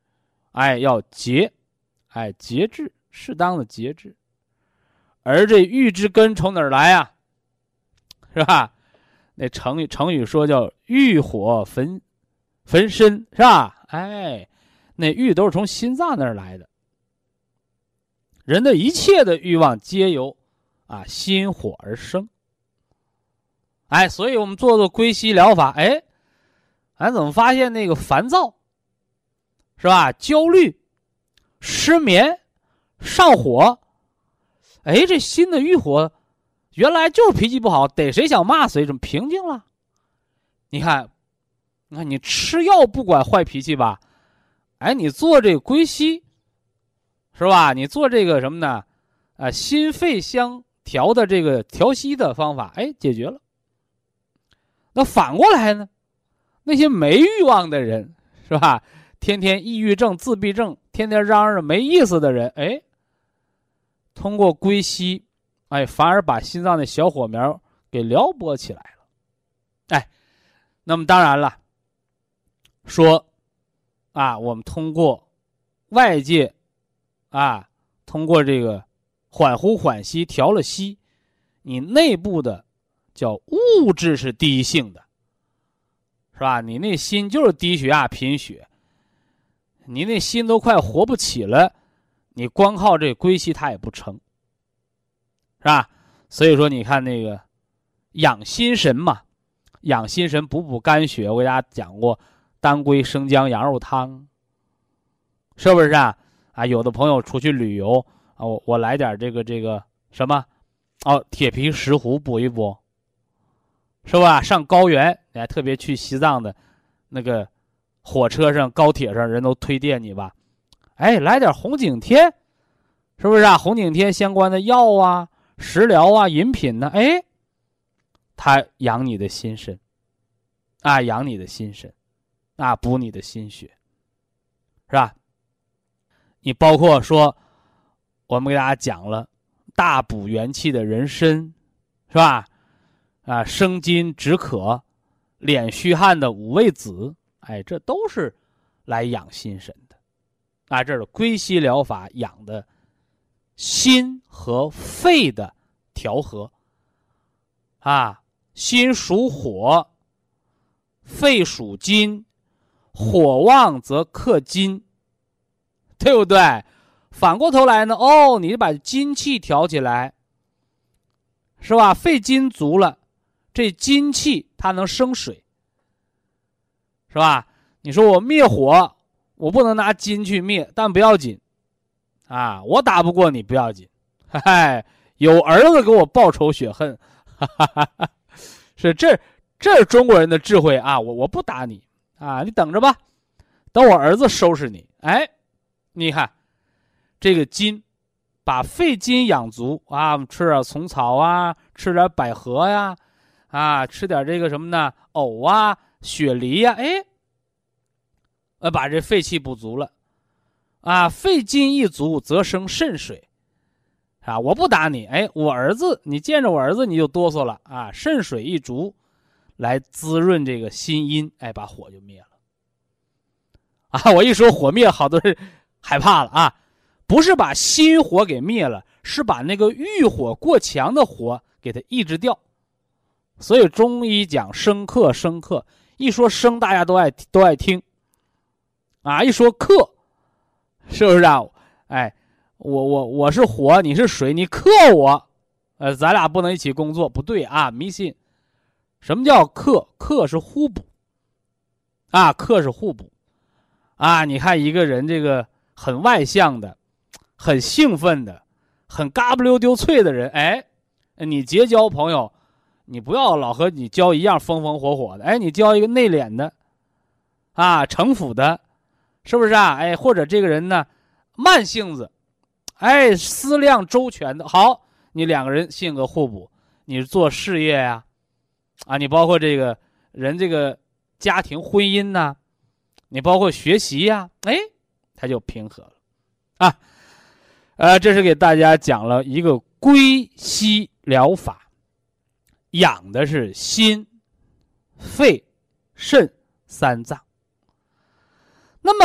Speaker 3: 哎，要节，哎，节制，适当的节制。而这欲之根从哪儿来啊？是吧？那成语成语说叫欲火焚焚身，是吧？哎，那欲都是从心脏那儿来的。人的一切的欲望皆由啊心火而生。哎，所以我们做做归西疗法，哎，咱怎么发现那个烦躁，是吧？焦虑、失眠、上火，哎，这心的欲火原来就是脾气不好，逮谁想骂谁，怎么平静了？你看，你看你吃药不管坏脾气吧，哎，你做这个归西，是吧？你做这个什么呢？啊，心肺相调的这个调息的方法，哎，解决了。那反过来呢？那些没欲望的人，是吧？天天抑郁症、自闭症，天天嚷嚷没意思的人，哎，通过归西，哎，反而把心脏的小火苗给撩拨起来了。哎，那么当然了，说啊，我们通过外界啊，通过这个缓呼缓吸调了息，你内部的叫物质是低性的，是吧？你那心就是低血压贫血，你那心都快活不起了，你光靠这归西它也不成，是吧？所以说你看那个养心神嘛，养心神补补肝血，我给大家讲过当归生姜羊肉汤，是不是啊？啊，有的朋友出去旅游啊，我我来点这个这个什么哦，铁皮石斛补一补，是吧？上高原，你还特别去西藏的那个火车上、高铁上，人都推荐你吧。哎，来点红景天，是不是啊？红景天相关的药啊、食疗啊、饮品呢，哎，它养你的心神，啊，养你的心神，啊，补你的心血，是吧？你包括说，我们给大家讲了大补元气的人参，是吧？啊，生津止渴、敛虚汗的五味子，哎，这都是来养心神的。啊，这是归西疗法养的心和肺的调和。啊，心属火，肺属金，火旺则克金，对不对？反过头来呢，哦，你把金气调起来，是吧？肺金足了，这金气它能生水，是吧？你说我灭火，我不能拿金去灭，但不要紧，啊，我打不过你不要紧，嗨，有儿子给我报仇雪恨，哈哈哈哈，是这这是中国人的智慧啊！我我不打你啊，你等着吧，等我儿子收拾你。哎，你看这个金，把肺金养足啊，吃点虫草啊，吃点百合呀，啊，吃点这个什么呢？藕啊、雪梨呀，哎，呃，把这肺气补足了，啊，肺金一足则生肾水，啊，我不打你，哎，我儿子，你见着我儿子你就哆嗦了啊，肾水一足，来滋润这个心阴，哎，把火就灭了。啊，我一说火灭，好多人害怕了啊，不是把心火给灭了，是把那个欲火过强的火给它抑制掉。所以中医讲生克，生克，一说生大家都爱都爱听，啊，一说克，是不是啊？哎，我我我是火，你是水，你克我，呃，咱俩不能一起工作，不对啊，迷信。什么叫克？克是互补，啊，克是互补，啊，你看一个人这个很外向的，很兴奋的，很嘎不溜丢脆的人，哎，你结交朋友，你不要老和你交一样风风火火的，哎，你交一个内敛的，啊，城府的，是不是啊？哎，或者这个人呢，慢性子，哎，思量周全的，好，你两个人性格互补，你是做事业呀、啊，啊，你包括这个人这个家庭婚姻呐、啊，你包括学习呀、啊，哎，他就平和了，啊，呃，这是给大家讲了一个归西疗法，养的是心、肺、肾三脏。那么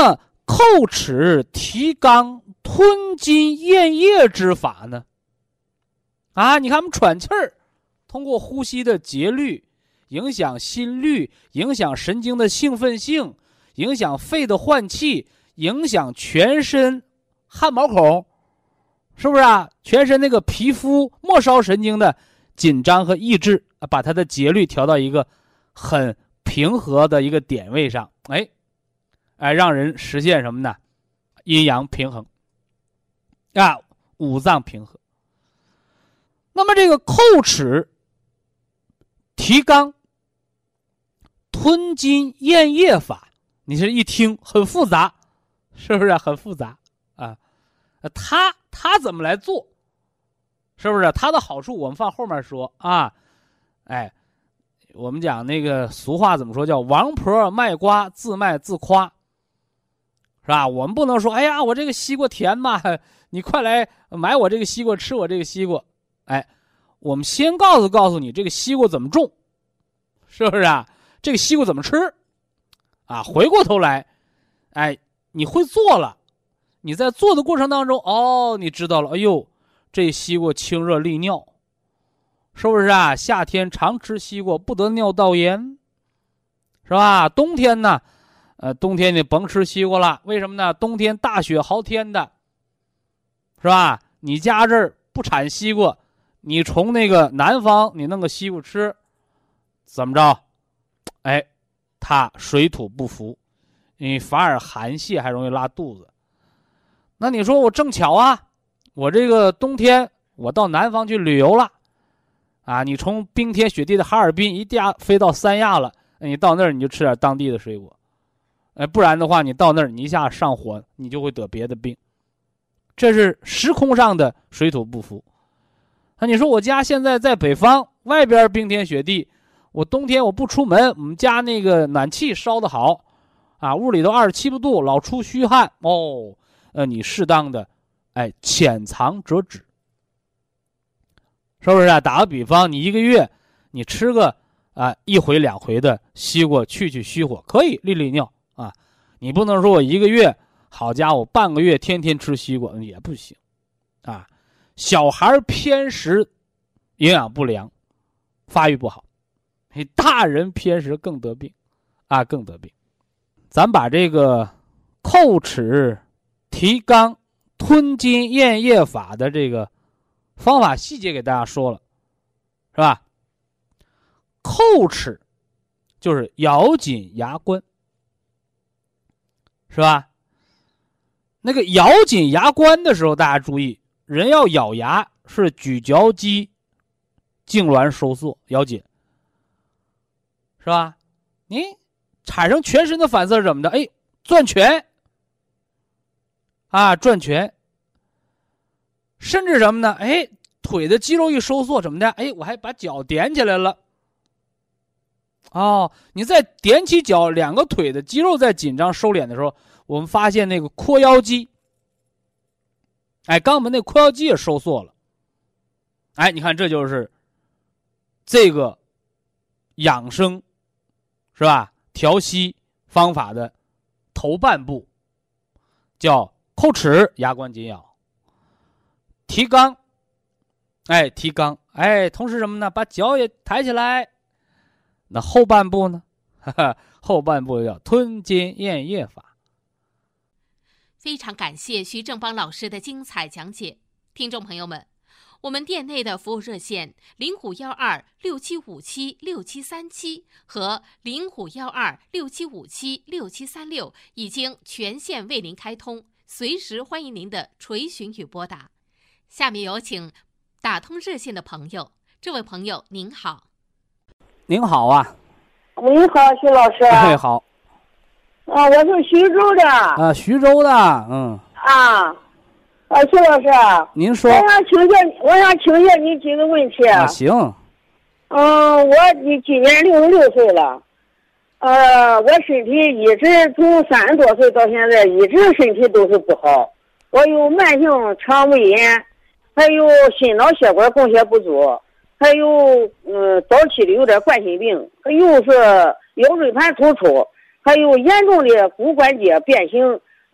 Speaker 3: 叩齿提肛吞津咽液之法呢？啊，你看我们喘气儿，通过呼吸的节律，影响心率，影响神经的兴奋性，影响肺的换气，影响全身汗毛孔，是不是啊？全身那个皮肤末梢神经的紧张和抑制，把它的节律调到一个很平和的一个点位上，哎，哎，让人实现什么呢？阴阳平衡啊，五脏平和。那么这个叩齿提肛吞津咽液法，你是一听很复杂，是不是很复杂啊？它它怎么来做？是不是它的好处我们放后面说啊？哎，我们讲那个俗话怎么说，叫王婆卖瓜自卖自夸，是吧？我们不能说哎呀我这个西瓜甜嘛，你快来买我这个西瓜，吃我这个西瓜。哎，我们先告诉告诉你这个西瓜怎么种，是不是啊？这个西瓜怎么吃啊？回过头来，哎，你会做了，你在做的过程当中，哦，你知道了，哎呦，这西瓜清热利尿，是不是啊？夏天常吃西瓜不得尿道炎，是吧？冬天呢，呃，冬天你甭吃西瓜了，为什么呢？冬天大雪豪天的，是吧？你家这儿不产西瓜，你从那个南方你弄个西瓜吃，怎么着？哎，它水土不服，你反而寒泻，还容易拉肚子。那你说我正巧啊，我这个冬天我到南方去旅游了，啊，你从冰天雪地的哈尔滨一下飞到三亚了，你到那儿你就吃点当地的水果，哎，不然的话你到那儿你一下上火，你就会得别的病。这是时空上的水土不服。那你说我家现在在北方，外边冰天雪地，我冬天我不出门，我们家那个暖气烧得好，啊，屋里头二十七八度，老出虚汗哦，呃，你适当的，哎，浅尝辄止，是不是啊？打个比方，你一个月你吃个啊一回两回的西瓜去去虚火，可以利利尿啊。你不能说我一个月，好家伙，半个月天天吃西瓜也不行，啊。小孩偏食，营养不良，发育不好；大人偏食更得病，啊，更得病。咱把这个叩齿提肛吞津咽液法的这个方法细节给大家说了，是吧？叩齿就是咬紧牙关，是吧？那个咬紧牙关的时候，大家注意。人要咬牙是咀嚼肌痉挛收缩，咬紧，是吧？你产生全身的反射是怎么的？哎，转拳啊，转拳，甚至什么呢？哎，腿的肌肉一收缩，怎么的？哎，我还把脚踮起来了。哦，你在踮起脚，两个腿的肌肉在紧张收敛的时候，我们发现那个阔腰肌。哎，肛门那阔腰肌也收缩了，哎，你看这就是这个养生是吧？调息方法的头半部，叫叩齿牙关紧咬，提肛，哎，提肛，哎，同时什么呢？把脚也抬起来。那后半部呢？哈哈，后半部叫吞津咽液法。
Speaker 2: 非常感谢徐正邦老师的精彩讲解。听众朋友们，我们店内的服务热线零五幺二六七五七六七三七和零五幺二六七五七六七三六已经全线为您开通，随时欢迎您的垂询与拨打。下面有请打通热线的朋友，这位朋友您好。
Speaker 3: 您好啊。
Speaker 4: 你好，徐老师。
Speaker 3: 哎，好。
Speaker 4: 啊，我是徐州的。
Speaker 3: 啊，徐州的，嗯。
Speaker 4: 啊，啊，徐老师。
Speaker 3: 您说。
Speaker 4: 我想请教，我想请教你几个问题。
Speaker 3: 啊，行。
Speaker 4: 嗯，我你今年六十六岁了，呃，我身体一直从三十多岁到现在，一直身体都是不好。我有慢性肠胃炎，还有心脑血管供血不足，还有嗯早期的有点冠心病，又是腰椎盘突出。还有严重的骨关节变形，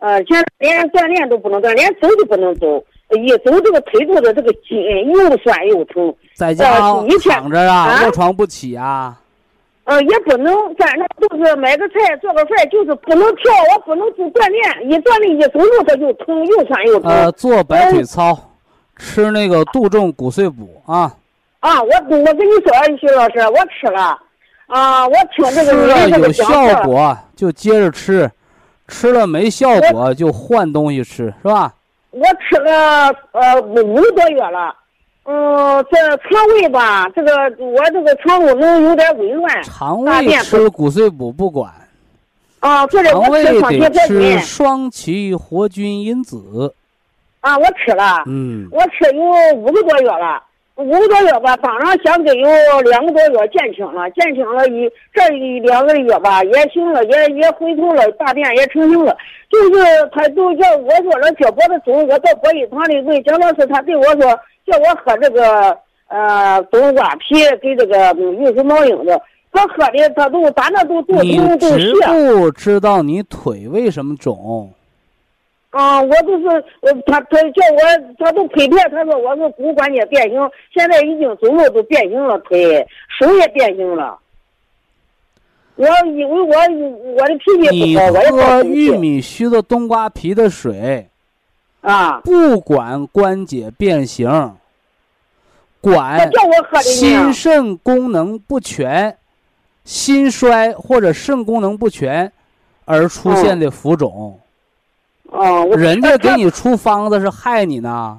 Speaker 4: 呃，现在连锻炼都不能锻炼，连走都不能走，一走这个腿部的这个筋又酸又疼。
Speaker 3: 在家
Speaker 4: 呃、一天
Speaker 3: 躺着啊，
Speaker 4: 啊
Speaker 3: 卧床不起啊。
Speaker 4: 呃，也不能，反正就是买个菜做个饭，就是不能跳，我不能做锻炼，一锻炼一走路它就疼，又酸又疼。
Speaker 3: 呃，做白腿操，嗯、吃那个杜仲骨碎补啊。
Speaker 4: 啊，我我跟你说，徐老师，我吃了，啊，我听这个
Speaker 3: 吃了有
Speaker 4: 效
Speaker 3: 果就接着吃，吃了没效果就换东西吃，是吧？
Speaker 4: 我吃了呃五个多月了。嗯，这肠胃吧，这个我这个肠胃能有点紊乱。
Speaker 3: 肠胃吃骨碎补不管。
Speaker 4: 啊，或者
Speaker 3: 肠胃得吃
Speaker 4: 双
Speaker 3: 双歧活菌因子。
Speaker 4: 啊，我吃了。
Speaker 3: 嗯。
Speaker 4: 我吃有五个多月了，五个多月吧，当然相对有两个多月减轻了，减轻了一这一两个月吧也行了，也也回头了，大便也成型了。就是他都叫我说了，叫我的中我到博医堂里问蒋老师，他对我说。叫我喝这个呃冬瓜皮给这个玉石毛英的，他喝的他都打那都肚疼都
Speaker 3: 泻。你知不知道你腿为什么肿？
Speaker 4: 啊、嗯，我就是他他叫我他都推荐，他说我是骨关节变形，现在已经走路都变形了，腿手也变形了。我因为我我的脾气不好，我也
Speaker 3: 喝玉米须的冬瓜皮的水。
Speaker 4: 啊，
Speaker 3: 不管关节变形，管心肾功能不全、心衰或者肾功能不全而出现的浮肿。
Speaker 4: 哦，
Speaker 3: 人家给你出方子是害你呢。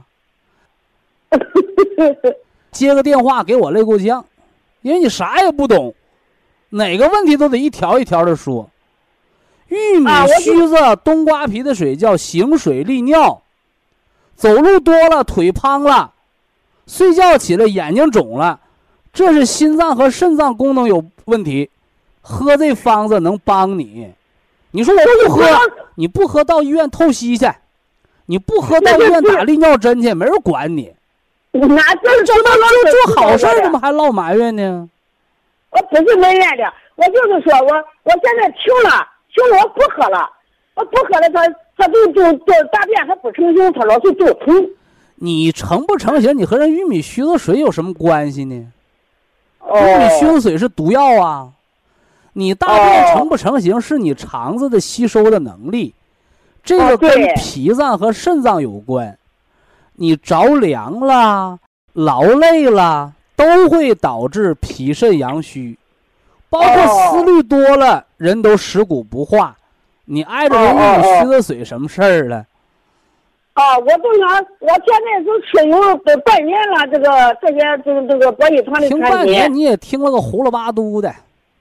Speaker 3: 接个电话给我累够呛，因为你啥也不懂，哪个问题都得一条一条的说。玉米须子、冬瓜皮的水叫行水利尿。走路多了，腿胖了，睡觉起来眼睛肿了，这是心脏和肾脏功能有问题。喝这方子能帮你。你说我不喝，你不喝到医院透析去，你不喝到医院打利尿针去，没人管你。
Speaker 4: 哪这
Speaker 3: 这做做好事怎么还落埋怨呢？
Speaker 4: 我不是埋怨的，我就是说我我现在停了，停了，我不喝了，我不喝了，他。他都都都大便还不成形，他老是肚疼。
Speaker 3: 你成不成形，你和人玉米须子水有什么关系呢？
Speaker 4: 哦、
Speaker 3: 玉米须子水是毒药啊！你大便成不成形是你肠子的吸收的能力，这个跟脾脏和肾脏有关。你着凉啦、劳累啦，都会导致脾肾阳虚，包括思虑多了，哦、人都食谷不化。你挨着人玉米须子水什么事儿了？
Speaker 4: 啊，我都想，我现在都吃有半年了，这个这些这个这个博医堂的产品。
Speaker 3: 听半年你也听了个胡了八嘟的。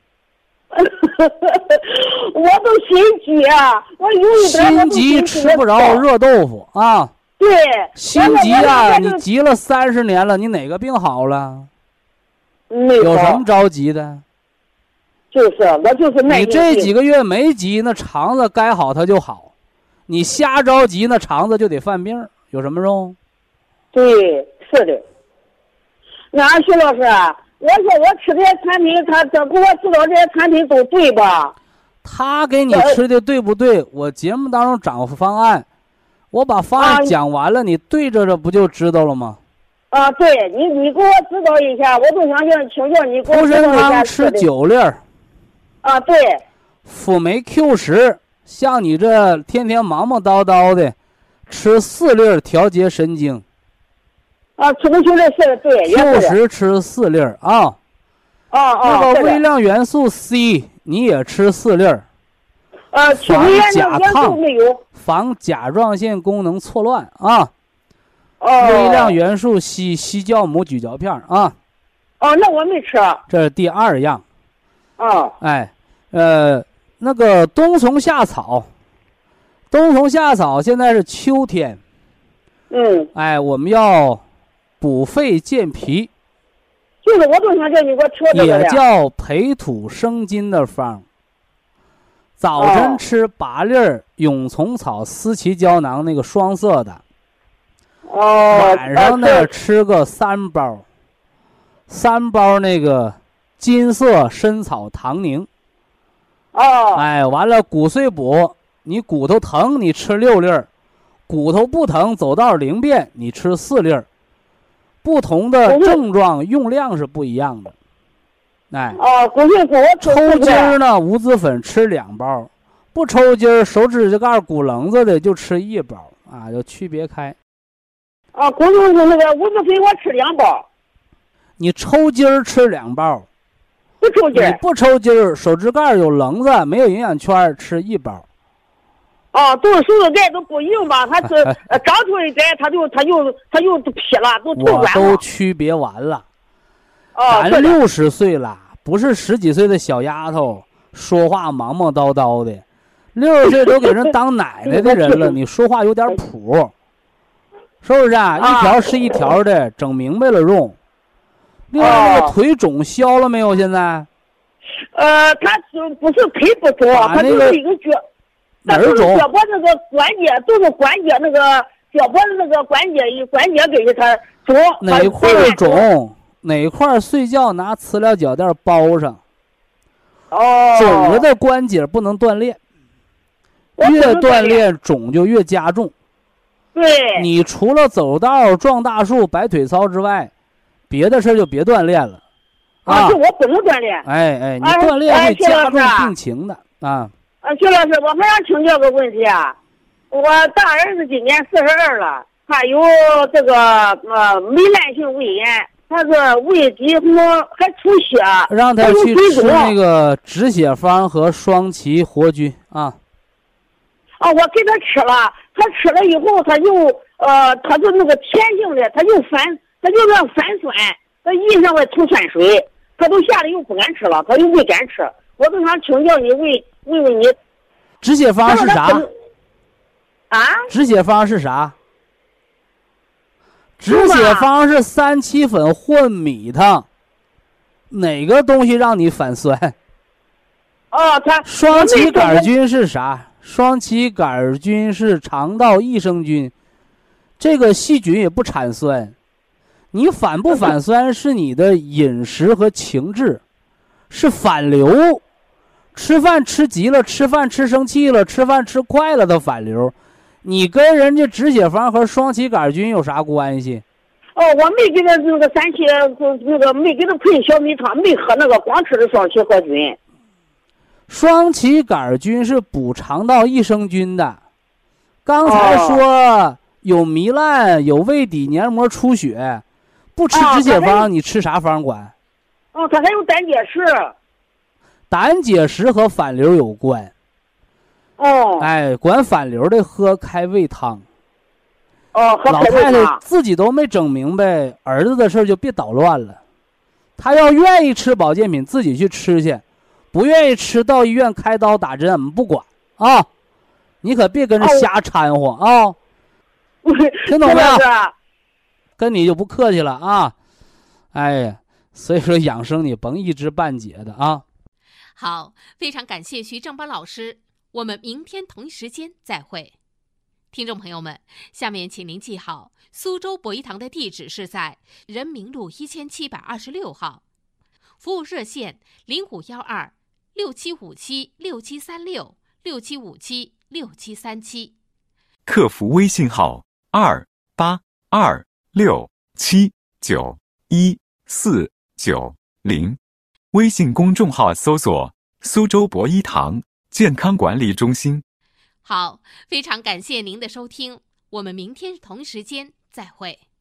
Speaker 4: 我都心急啊！我有一点
Speaker 3: 心急吃不着热豆腐啊！
Speaker 4: 对，
Speaker 3: 心急啊！你急了三十年了，你哪个病好了？
Speaker 4: 没
Speaker 3: 有什么着急的？
Speaker 4: 就是我就是耐
Speaker 3: 你这几个月没急，那肠子该好它就好；你瞎着急，那肠子就得犯病，有什么用？
Speaker 4: 对，是的。那徐老师，我说我吃这些产品，他他给我知道这些产品都对吧？
Speaker 3: 他给你吃的对不对？我节目当中讲方案，我把方案讲完了，啊、你对着着不就知道了吗？
Speaker 4: 啊，对你你给我指导一下，我都想想请教你给我
Speaker 3: 补参汤吃九粒儿。
Speaker 4: 啊，对，
Speaker 3: 辅酶 Q 十，像你这天天忙忙叨叨的，吃四粒调节神经。
Speaker 4: 啊，吃不出来是对。
Speaker 3: Q 十吃四粒啊。
Speaker 4: 哦哦。
Speaker 3: 那个微量元素 C 你也吃四粒。
Speaker 4: 呃，
Speaker 3: 防甲亢没有。防甲状腺功能错乱啊。
Speaker 4: 哦。
Speaker 3: 微量元素硒硒酵母咀嚼片啊。
Speaker 4: 哦，那我没吃。
Speaker 3: 这是第二样。
Speaker 4: 哦，
Speaker 3: 哎，呃，那个冬虫夏草，冬虫夏草现在是秋天，
Speaker 4: 嗯，
Speaker 3: 哎，我们要补肺健脾，
Speaker 4: 就是我都想叫你给我调这个
Speaker 3: 也叫培土生金的方。早晨吃八粒儿蛹虫草丝奇胶囊那个双色的，
Speaker 4: 哦，
Speaker 3: 晚上呢、啊、吃个三包，三包那个。金色参草糖凝，
Speaker 4: 哦，
Speaker 3: 哎，完了骨碎补， 你骨头疼，你吃六粒儿；骨头不疼，走道灵便，你吃四粒儿。不同的症状用量是不一样的。哎，
Speaker 4: 哦，骨性子我吃
Speaker 3: 抽筋儿呢，无籽粉吃两包；不抽筋儿，手指甲盖骨棱子的就吃一包啊，就区别开。
Speaker 4: 啊，骨性子那个无籽粉我吃两包。
Speaker 3: 你抽筋儿吃两包，
Speaker 4: 不抽筋儿。
Speaker 3: 你不抽筋儿，手指盖有棱子，没有营养圈，吃一包。
Speaker 4: 哦，都是手指盖都不硬吧？它是呃长出一点，它就它就它就劈了，都透
Speaker 3: 我
Speaker 4: 软了。
Speaker 3: 都区别完了。
Speaker 4: 哦，
Speaker 3: 咱六十岁了，不是十几岁的小丫头，说话忙忙叨叨的。六十岁都给人当奶奶的人了，你说话有点谱，是不是啊？一条是一条的，整明白了用。另外，那个腿肿消了没有？现在？
Speaker 4: 呃，它是不是腿不肿？它就是一个脚。
Speaker 3: 哪儿肿？
Speaker 4: 脚脖那个关节都是关节那个脚脖子那个关节一关节给它肿。
Speaker 3: 哪块肿？哪块睡觉拿磁疗脚垫包上。
Speaker 4: 哦。
Speaker 3: 肿了的关节不能锻炼，越锻炼肿就越加重。
Speaker 4: 对。
Speaker 3: 你除了走道、撞大树、摆腿操之外，别的事儿就别锻炼了。
Speaker 4: 啊，就我不能锻炼。
Speaker 3: 哎哎，你锻炼会加重病情的啊。
Speaker 4: 啊，徐老师，我还想请教个问题啊。我大儿子今年四十二了，他有这个呃糜烂性胃炎，他是胃积什么还出血，
Speaker 3: 让他去吃那个止血方和双歧活菌啊。
Speaker 4: 啊，我给他吃了，他吃了以后，他又呃，他就那个甜性的，他又反，他就那反酸，他一上来吐酸水，他都吓得又不敢吃了，他又没敢吃。我都想请教你问问问你，
Speaker 3: 止血方是啥？
Speaker 4: 啊？
Speaker 3: 止血方是啥？止血方是三七粉混米汤，哪个东西让你反酸？
Speaker 4: 哦，他
Speaker 3: 双歧杆菌是啥？双歧杆菌是肠道益生菌，这个细菌也不产酸，你反不反酸是你的饮食和情志，是反流。吃饭吃急了，吃饭吃生气了，吃饭吃快了的反流，你跟人家止血方和双歧杆菌有啥关系？
Speaker 4: 哦，我没给他那个三七那个没给他配小米汤，没喝那个，光吃的双歧合菌。
Speaker 3: 双歧杆菌是补肠道益生菌的。刚才说有糜烂，有胃底黏膜出血，不吃止血方，你吃啥方管？
Speaker 4: 哦，他还有胆结石。
Speaker 3: 胆结石和反流有关。
Speaker 4: 哦。
Speaker 3: 哎，管反流的喝开胃汤。
Speaker 4: 哦，喝
Speaker 3: 老太太自己都没整明白，儿子的事就别捣乱了。他要愿意吃保健品，自己去吃去；不愿意吃，到医院开刀打针，我们不管啊。你可别跟着瞎掺和啊！哦、听懂没有？跟你就不客气了啊！哎呀，所以说养生你甭一知半解的啊。
Speaker 2: 好，非常感谢徐正邦老师，我们明天同一时间再会。听众朋友们，下面请您记好，苏州博医堂的地址是在人民路一千七百二十六号，服务热线零五幺二六七五七六七三六六七五七六七三七，
Speaker 5: 客服微信号二八二六七九一四九零。微信公众号搜索苏州博医堂健康管理中心。
Speaker 2: 好，非常感谢您的收听，我们明天同时间再会。